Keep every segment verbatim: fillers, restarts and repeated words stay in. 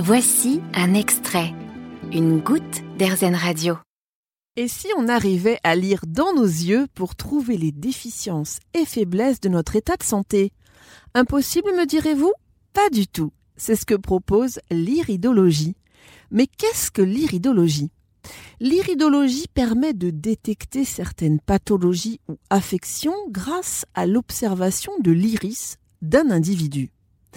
Voici un extrait, une goutte d'Airzen Radio. Et si on arrivait à lire dans nos yeux pour trouver les déficiences et faiblesses de notre état de santé ? Impossible, me direz-vous ? Pas du tout. C'est ce que propose l'iridologie. Mais qu'est-ce que l'iridologie ? L'iridologie permet de détecter certaines pathologies ou affections grâce à l'observation de l'iris d'un individu.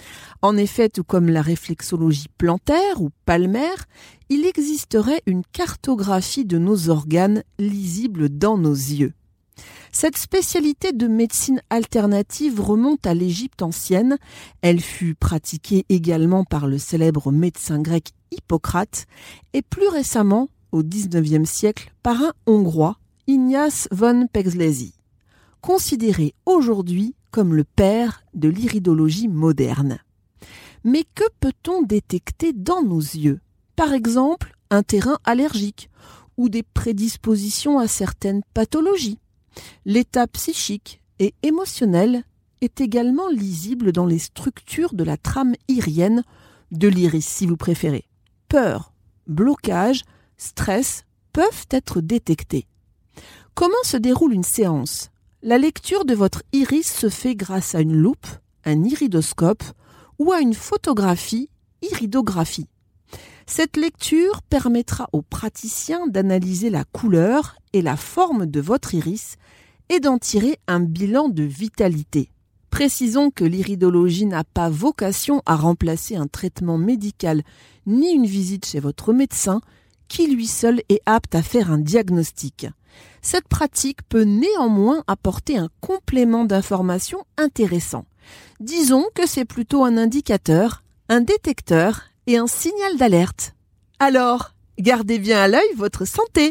En effet, tout comme la réflexologie plantaire ou palmaire, il existerait une cartographie de nos organes lisible dans nos yeux. Cette spécialité de médecine alternative remonte à l'Égypte ancienne. Elle fut pratiquée également par le célèbre médecin grec Hippocrate et plus récemment, au dix-neuvième siècle, par un Hongrois, Ignaz von Pegslezi, considéré aujourd'hui comme le père de l'iridologie moderne. Mais que peut-on détecter dans nos yeux ? Par exemple, un terrain allergique ou des prédispositions à certaines pathologies. L'état psychique et émotionnel est également lisible dans les structures de la trame irienne, de l'iris si vous préférez. Peur, blocage, stress peuvent être détectés. Comment se déroule une séance ? La lecture de votre iris se fait grâce à une loupe, un iridoscope ou à une photographie, iridographie. Cette lecture permettra aux praticiens d'analyser la couleur et la forme de votre iris et d'en tirer un bilan de vitalité. Précisons que l'iridologie n'a pas vocation à remplacer un traitement médical ni une visite chez votre médecin, qui lui seul est apte à faire un diagnostic. Cette pratique peut néanmoins apporter un complément d'information intéressant. Disons que c'est plutôt un indicateur, un détecteur et un signal d'alerte. Alors, gardez bien à l'œil votre santé.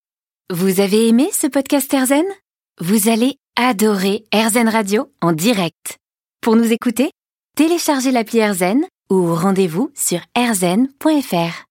Vous avez aimé ce podcast Airzen ? Vous allez adorer Airzen Radio en direct. Pour nous écouter, téléchargez l'appli Airzen ou rendez-vous sur airzen point f r.